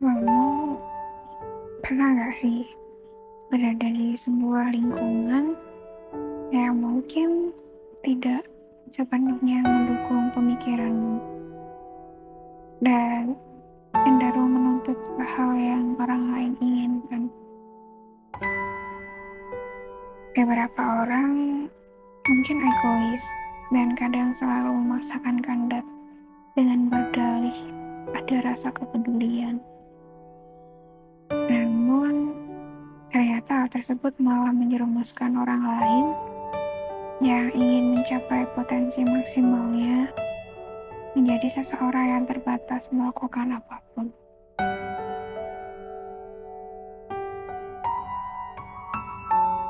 Kamu pernah gak sih berada di sebuah lingkungan yang mungkin tidak sepenuhnya mendukung pemikiranmu dan cenderung menuntut hal yang orang lain inginkan? Beberapa orang mungkin egois dan kadang selalu memaksakan kehendak dengan berdalih ada rasa kepedulian. Namun, ternyata hal tersebut malah menjerumuskan orang lain yang ingin mencapai potensi maksimalnya menjadi seseorang yang terbatas melakukan apapun.